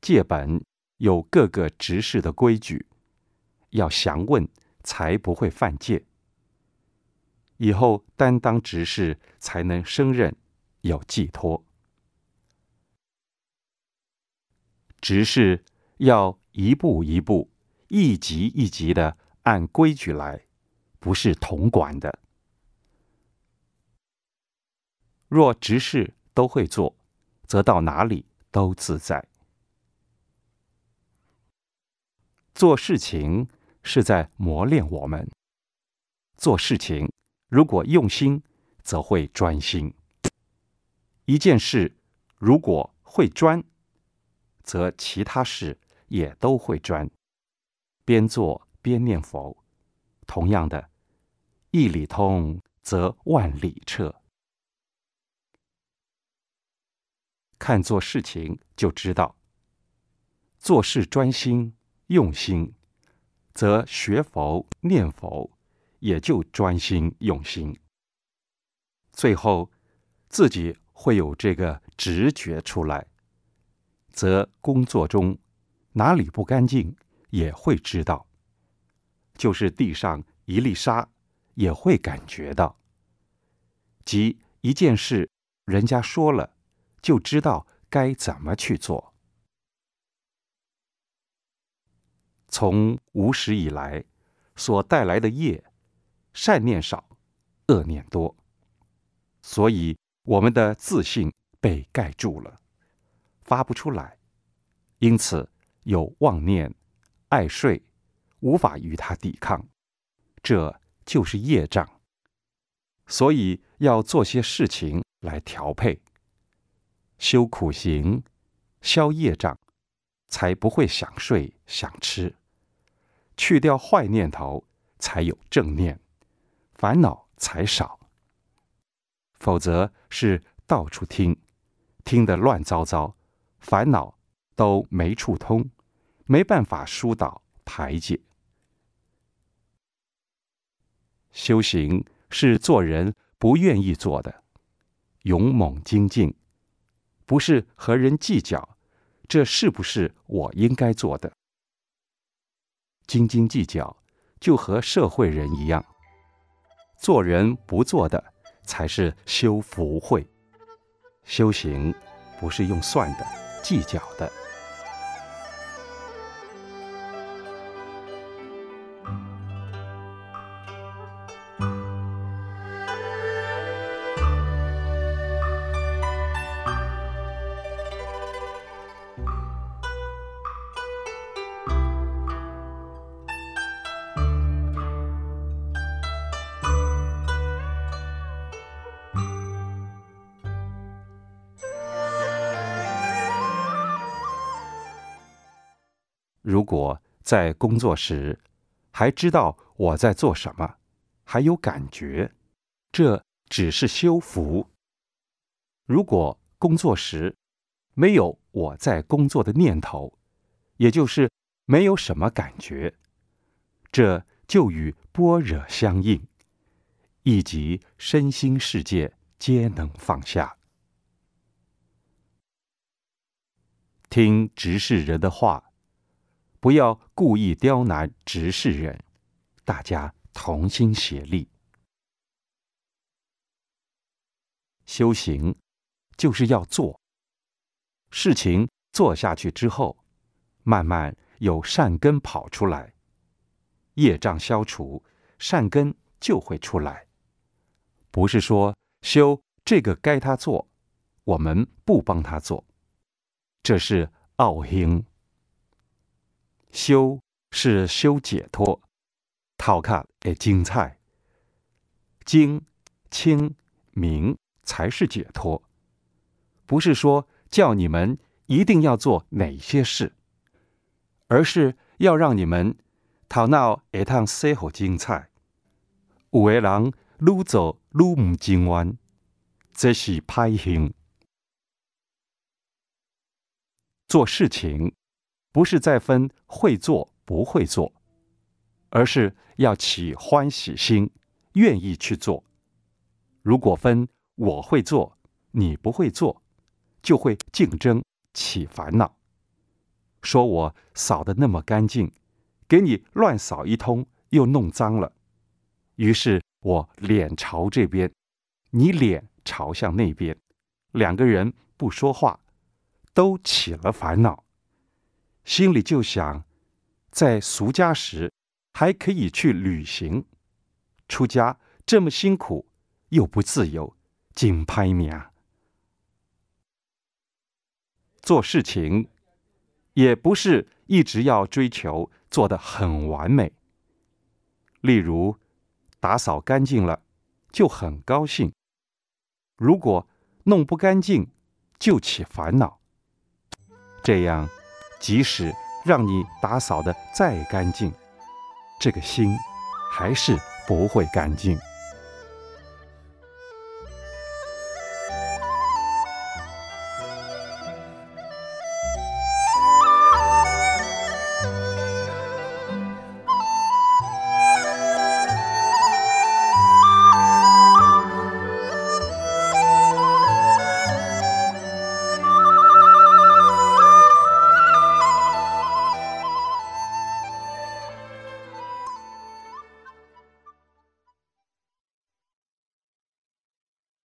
戒本有各个执事的规矩，要详问才不会犯戒。以后担当执事才能胜任，有寄托。执事要一步一步、一级一级的按规矩来，不是统管的。若执事都会做，则到哪里都自在。做事情是在磨练我们，做事情如果用心，则会专心。一件事如果会专，则其他事也都会专。边做边念佛，同样的，一理通则万理彻。看做事情就知道，做事专心用心，则学佛念佛也就专心用心。最后自己会有这个直觉出来，则工作中哪里不干净也会知道，就是地上一粒沙也会感觉到。即一件事人家说了，就知道该怎么去做。从无始以来所带来的业，善念少，恶念多，所以我们的自信被盖住了，发不出来，因此有妄念、爱睡，无法与它抵抗，这就是业障。所以要做些事情来调配，修苦行，消业障，才不会想睡想吃，去掉坏念头，才有正念，烦恼才少。否则是到处听，听得乱糟糟，烦恼都没处通，没办法疏导排解。修行是做人不愿意做的，勇猛精进，不是和人计较，这是不是我应该做的？斤斤计较，就和社会人一样，做人不做的，才是修福慧。修行不是用算的、计较的。如果在工作时还知道我在做什么，还有感觉，这只是修福。如果工作时没有我在工作的念头，也就是没有什么感觉，这就与般若相应，以及身心世界皆能放下。听执事人的话，不要故意刁难执事人，大家同心协力。修行就是要做，事情做下去之后，慢慢有善根跑出来，业障消除，善根就会出来。不是说修这个该他做，我们不帮他做，这是傲行。修是修解脱，头壳会精彩，精、清、明才是解脱。不是说叫你们一定要做哪些事，而是要让你们头脑会通洗好精彩。有的人愈做愈唔精完，这是歹行。做事情不是在分会做不会做，而是要起欢喜心，愿意去做。如果分我会做，你不会做，就会竞争起烦恼。 说我扫得那么干净，给你乱扫一通，又弄脏了。于是我脸朝这边，你脸朝向那边，两个人不说话，都起了烦恼，心里就想，在俗家时还可以去旅行，出家这么辛苦，又不自由，紧拍命。做事情也不是一直要追求做得很完美。例如，打扫干净了，就很高兴；如果弄不干净，就起烦恼。这样，即使让你打扫得再干净，这个心还是不会干净。